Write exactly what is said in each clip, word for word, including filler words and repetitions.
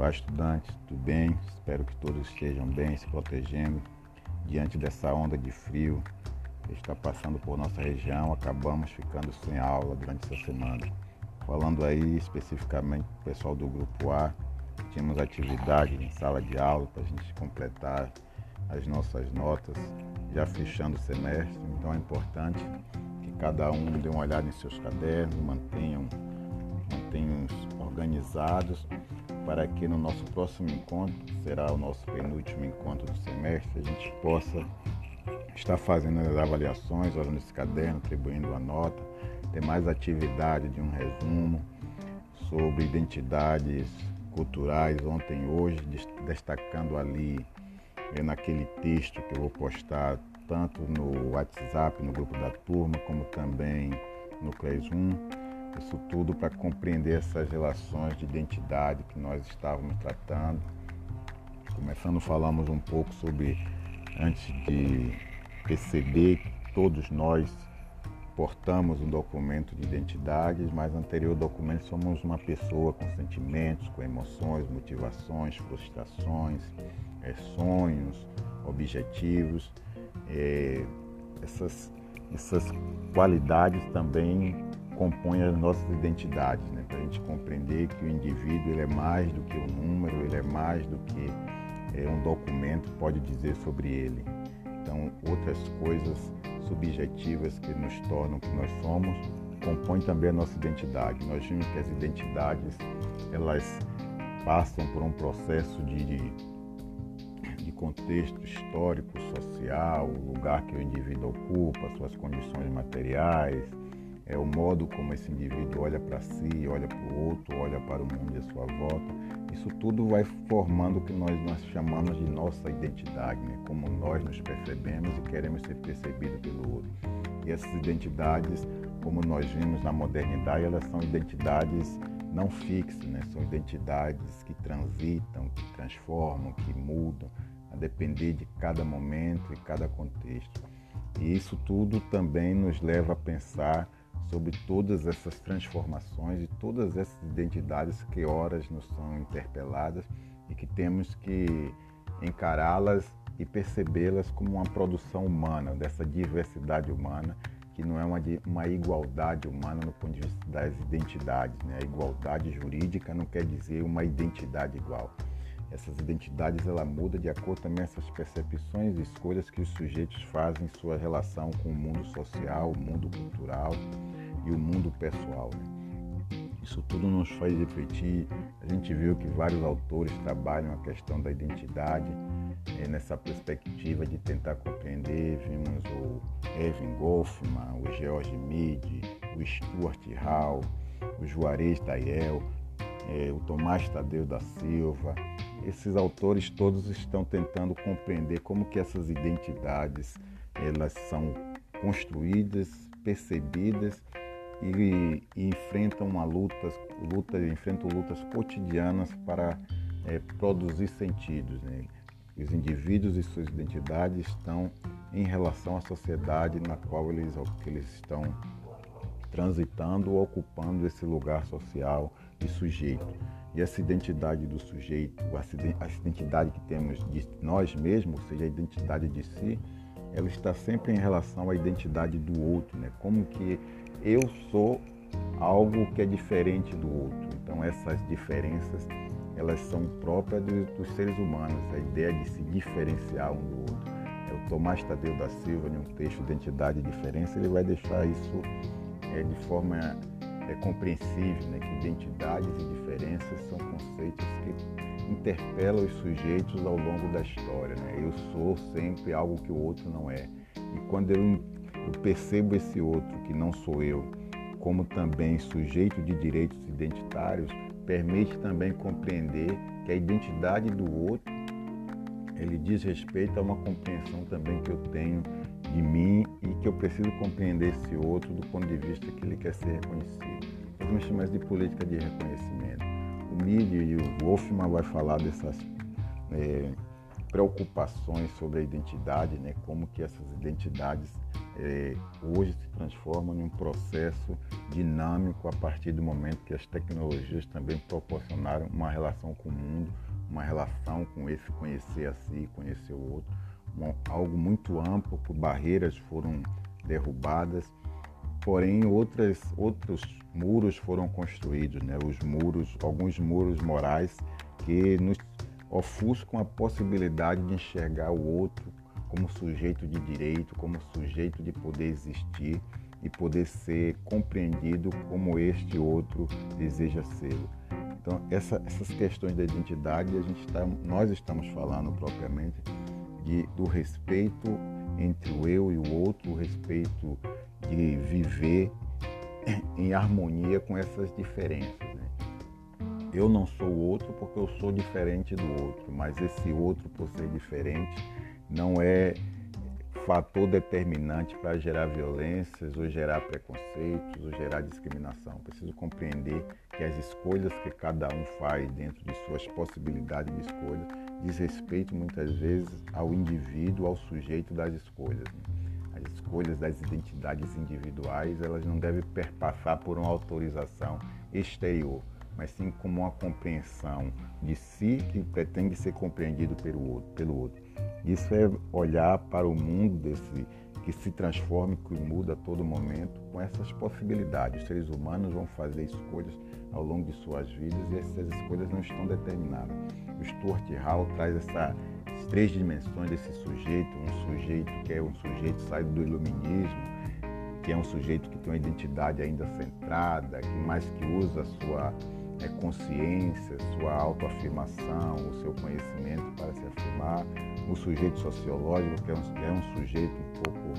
Olá, estudantes, tudo bem? Espero que todos estejam bem, se protegendo diante dessa onda de frio que está passando por nossa região. Acabamos ficando sem aula durante essa semana. Falando aí especificamente do pessoal do Grupo A, tínhamos atividade em sala de aula para a gente completar as nossas notas, já fechando o semestre. Então é importante que cada um dê uma olhada em seus cadernos, mantenham, mantenham organizados, para que no nosso próximo encontro, que será o nosso penúltimo encontro do semestre, a gente possa estar fazendo as avaliações, olhando esse caderno, atribuindo a nota, ter mais atividade de um resumo sobre identidades culturais ontem e hoje, destacando ali naquele texto que eu vou postar tanto no WhatsApp, no grupo da turma, como também no Classroom. Isso tudo para compreender essas relações de identidade que nós estávamos tratando. Começando, falamos um pouco sobre, antes de perceber que todos nós portamos um documento de identidades, mas anterior ao documento somos uma pessoa com sentimentos, com emoções, motivações, frustrações, é, sonhos, objetivos. É, essas, essas qualidades também compõem as nossas identidades, né? Para a gente compreender que o indivíduo ele é mais do que um número, ele é mais do que é, um documento pode dizer sobre ele. Então, outras coisas subjetivas que nos tornam o que nós somos compõem também a nossa identidade. Nós vimos que as identidades elas passam por um processo de, de, de contexto histórico, social, o lugar que o indivíduo ocupa, suas condições materiais, é o modo como esse indivíduo olha para si, olha para o outro, olha para o mundo à sua volta. Isso tudo vai formando o que nós, nós chamamos de nossa identidade, né? Como nós nos percebemos e queremos ser percebidos pelo outro. E essas identidades, como nós vimos na modernidade, elas são identidades não fixas, né? São identidades que transitam, que transformam, que mudam, a depender de cada momento e cada contexto. E isso tudo também nos leva a pensar sobre todas essas transformações e todas essas identidades que horas nos são interpeladas e que temos que encará-las e percebê-las como uma produção humana, dessa diversidade humana, que não é uma, uma igualdade humana no ponto de vista das identidades, né? A igualdade jurídica não quer dizer uma identidade igual. Essas identidades ela muda de acordo também com essas percepções e escolhas que os sujeitos fazem em sua relação com o mundo social, o mundo cultural e o mundo pessoal, né? Isso tudo nos faz refletir. A gente viu que vários autores trabalham a questão da identidade é, nessa perspectiva de tentar compreender. Vimos o Erving Goffman, o George Mead, o Stuart Hall, o Juarez Tayel, é, o Tomás Tadeu da Silva. Esses autores todos estão tentando compreender como que essas identidades elas são construídas, percebidas e, e enfrentam uma luta, luta, enfrentam lutas cotidianas para é, produzir sentidos, né? Os indivíduos e suas identidades estão em relação à sociedade na qual eles, que eles estão transitando ou ocupando esse lugar social de sujeito. E essa identidade do sujeito, a identidade que temos de nós mesmos, ou seja, a identidade de si, ela está sempre em relação à identidade do outro, né? Como que eu sou algo que é diferente do outro. Então essas diferenças, elas são próprias dos seres humanos, a ideia de se diferenciar um do outro. É o Tomás Tadeu da Silva, em um texto Identidade e Diferença, ele vai deixar isso é, de forma é, compreensível, né? Que identidades e diferenças são conceitos que interpelam os sujeitos ao longo da história, né? Eu sou sempre algo que o outro não é. E quando eu, eu percebo esse outro, que não sou eu, como também sujeito de direitos identitários, permite também compreender que a identidade do outro, ele diz respeito a uma compreensão também que eu tenho de mim e que eu preciso compreender esse outro do ponto de vista que ele quer ser reconhecido. Podemos chamar isso de política de reconhecimento. O Mead e o Goffman vai falar dessas é, preocupações sobre a identidade, né? Como que essas identidades é, hoje se transforma num processo dinâmico a partir do momento que as tecnologias também proporcionaram uma relação com o mundo, uma relação com esse conhecer a si, conhecer o outro, uma, algo muito amplo, por barreiras foram derrubadas, porém outras, outros muros foram construídos, né? Os muros, alguns muros morais que nos ofuscam a possibilidade de enxergar o outro como sujeito de direito, como sujeito de poder existir e poder ser compreendido como este outro deseja ser. Então, essa, essas questões da identidade, a gente tá, nós estamos falando propriamente de, do respeito entre o eu e o outro, o respeito de viver em harmonia com essas diferenças, né? Eu não sou o outro porque eu sou diferente do outro, mas esse outro, por ser diferente, não é fator determinante para gerar violências ou gerar preconceitos ou gerar discriminação. Preciso compreender que as escolhas que cada um faz dentro de suas possibilidades de escolha diz respeito muitas vezes ao indivíduo, ao sujeito das escolhas, né? As escolhas das identidades individuais, elas não devem perpassar por uma autorização exterior, mas sim como uma compreensão de si que pretende ser compreendido pelo outro. Pelo outro. Isso é olhar para o mundo desse, que se transforma, que muda a todo momento, com essas possibilidades. Os seres humanos vão fazer escolhas ao longo de suas vidas e essas escolhas não estão determinadas. O Stuart Hall traz essas três dimensões desse sujeito, um sujeito que é um sujeito saído do iluminismo, que é um sujeito que tem uma identidade ainda centrada, que mais que usa a sua é, consciência, sua autoafirmação, o seu conhecimento para se afirmar. O sujeito sociológico, que é um, que é um sujeito um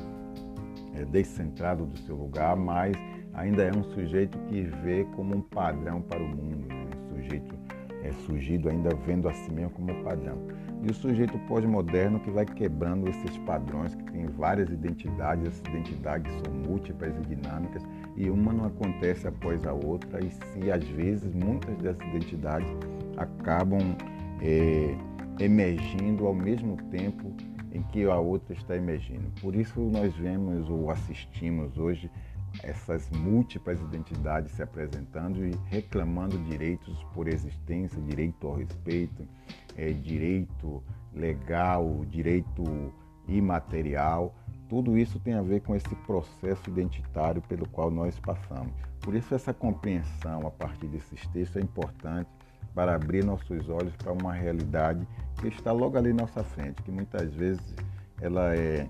pouco é, descentrado do seu lugar, mas ainda é um sujeito que vê como um padrão para o mundo, né? Um sujeito é, surgido ainda vendo a si mesmo como um padrão. E o sujeito pós-moderno que vai quebrando esses padrões, que tem várias identidades, essas identidades são múltiplas e dinâmicas, e uma não acontece após a outra, e se às vezes muitas dessas identidades acabam é, emergindo ao mesmo tempo em que a outra está emergindo. Por isso nós vemos ou assistimos hoje essas múltiplas identidades se apresentando e reclamando direitos por existência, direito ao respeito, é, direito legal, direito imaterial. Tudo isso tem a ver com esse processo identitário pelo qual nós passamos. Por isso essa compreensão a partir desses textos é importante para abrir nossos olhos para uma realidade que está logo ali à nossa frente, que muitas vezes ela é,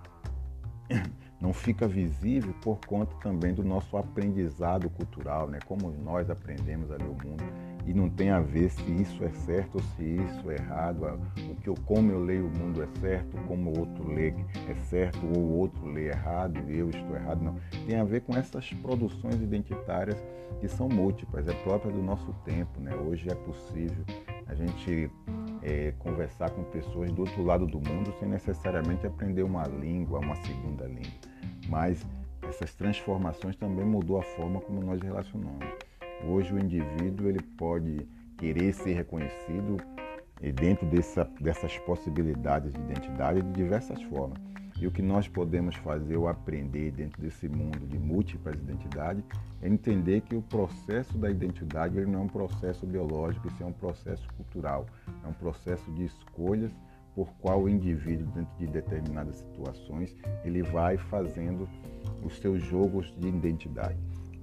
não fica visível por conta também do nosso aprendizado cultural, né? Como nós aprendemos a ler o mundo, e não tem a ver se isso é certo ou se isso é errado, o que eu, como eu leio o mundo é certo, como o outro lê é certo, ou o outro lê errado e eu estou errado, não. Tem a ver com essas produções identitárias que são múltiplas, é própria do nosso tempo, né? Hoje é possível a gente é, conversar com pessoas do outro lado do mundo sem necessariamente aprender uma língua, uma segunda língua. Mas essas transformações também mudou a forma como nós relacionamos. Hoje o indivíduo ele pode querer ser reconhecido dentro dessa, dessas possibilidades de identidade de diversas formas. E o que nós podemos fazer ou aprender dentro desse mundo de múltiplas identidades é entender que o processo da identidade ele não é um processo biológico, isso é um processo cultural, é um processo de escolhas por qual o indivíduo, dentro de determinadas situações, ele vai fazendo os seus jogos de identidade.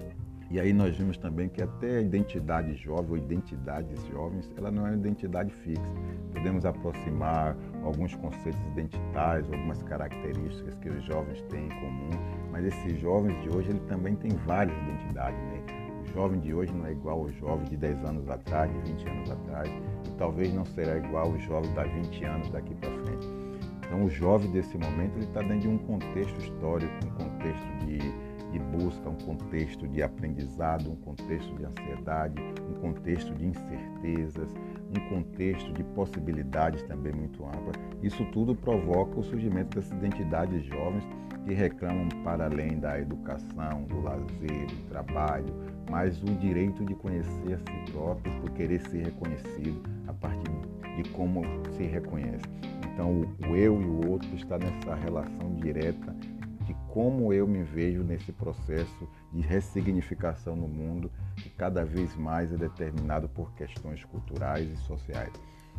E aí nós vimos também que até a identidade jovem ou identidades jovens, ela não é uma identidade fixa. Podemos aproximar alguns conceitos identitários, algumas características que os jovens têm em comum, mas esses jovens de hoje, ele também tem várias identidades, né? O jovem de hoje não é igual ao jovem de dez anos atrás, de vinte anos atrás, e talvez não será igual ao jovem de vinte anos daqui para frente. Então o jovem desse momento, ele está dentro de um contexto histórico, um contexto de de busca, um contexto de aprendizado, um contexto de ansiedade, um contexto de incertezas, um contexto de possibilidades também muito ampla. Isso tudo provoca o surgimento dessas identidades jovens que reclamam para além da educação, do lazer, do trabalho, mas o direito de conhecer a si próprio por querer ser reconhecido a partir de como se reconhece. Então o eu e o outro está nessa relação direta de como eu me vejo nesse processo de ressignificação no mundo, que cada vez mais é determinado por questões culturais e sociais.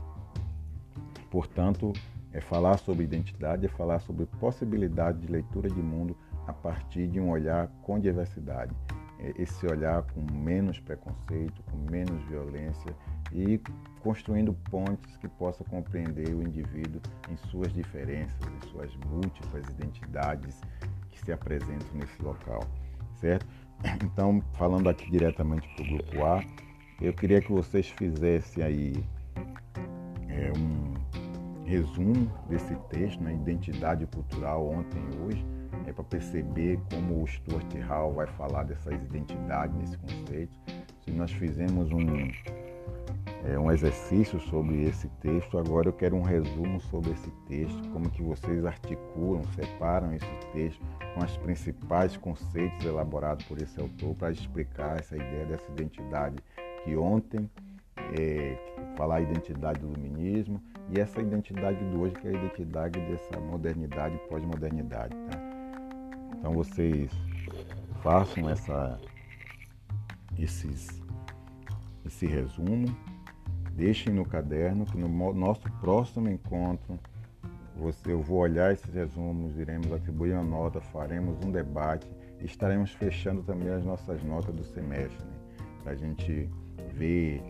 Portanto, é falar sobre identidade, é falar sobre possibilidade de leitura de mundo a partir de um olhar com diversidade. Esse olhar com menos preconceito, com menos violência e construindo pontes que possam compreender o indivíduo em suas diferenças, em suas múltiplas identidades que se apresentam nesse local, certo? Então, falando aqui diretamente para o Grupo A, eu queria que vocês fizessem aí é, um resumo desse texto, né, Identidade Cultural Ontem e Hoje, é para perceber como o Stuart Hall vai falar dessas identidades, nesse conceito. Se nós fizemos um, é, um exercício sobre esse texto, agora eu quero um resumo sobre esse texto, como que vocês articulam, separam esse texto com os principais conceitos elaborados por esse autor para explicar essa ideia dessa identidade que ontem, é, falar a identidade do iluminismo, e essa identidade do hoje, que é a identidade dessa modernidade e pós-modernidade, tá? Então vocês façam essa, esses, esse resumo, deixem no caderno, que no nosso próximo encontro você, eu vou olhar esses resumos, iremos atribuir uma nota, faremos um debate e estaremos fechando também as nossas notas do semestre, né? Para a gente ver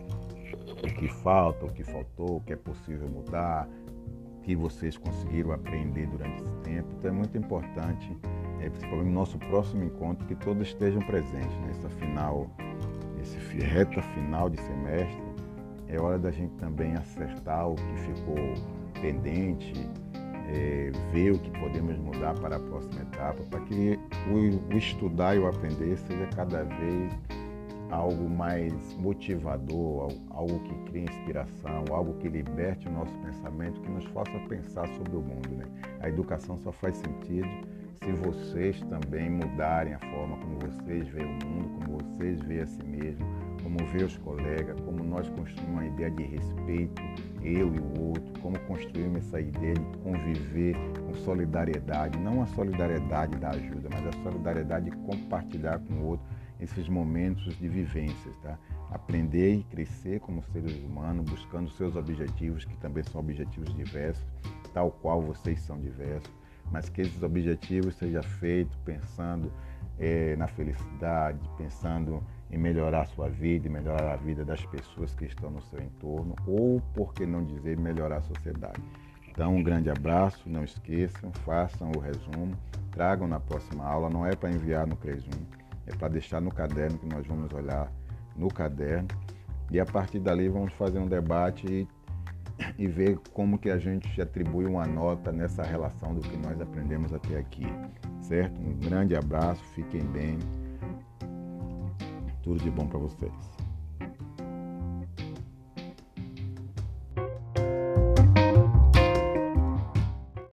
o que falta, o que faltou, o que é possível mudar, o que vocês conseguiram aprender durante esse tempo. Então é muito importante, é, principalmente no nosso próximo encontro, que todos estejam presentes nessa final, esse reta final de semestre. É hora da gente também acertar o que ficou pendente, é, ver o que podemos mudar para a próxima etapa, para que o, o estudar e o aprender seja cada vez algo mais motivador, algo que crie inspiração, algo que liberte o nosso pensamento, que nos faça pensar sobre o mundo, né? A educação só faz sentido se vocês também mudarem a forma como vocês veem o mundo, como vocês veem a si mesmo, como veem os colegas, como nós construímos uma ideia de respeito, eu e o outro, como construímos essa ideia de conviver com solidariedade, não a solidariedade da ajuda, mas a solidariedade de compartilhar com o outro esses momentos de vivências, tá? Aprender e crescer como seres humanos, buscando seus objetivos, que também são objetivos diversos, tal qual vocês são diversos, mas que esses objetivos sejam feitos pensando é, na felicidade, pensando em melhorar a sua vida, e melhorar a vida das pessoas que estão no seu entorno, ou, por que não dizer, melhorar a sociedade. Então, um grande abraço, não esqueçam, façam o resumo, tragam na próxima aula, não é para enviar no Cresum, é para deixar no caderno, que nós vamos olhar no caderno, e a partir dali vamos fazer um debate e, e ver como que a gente atribui uma nota nessa relação do que nós aprendemos até aqui, certo? Um grande abraço, fiquem bem, tudo de bom para vocês.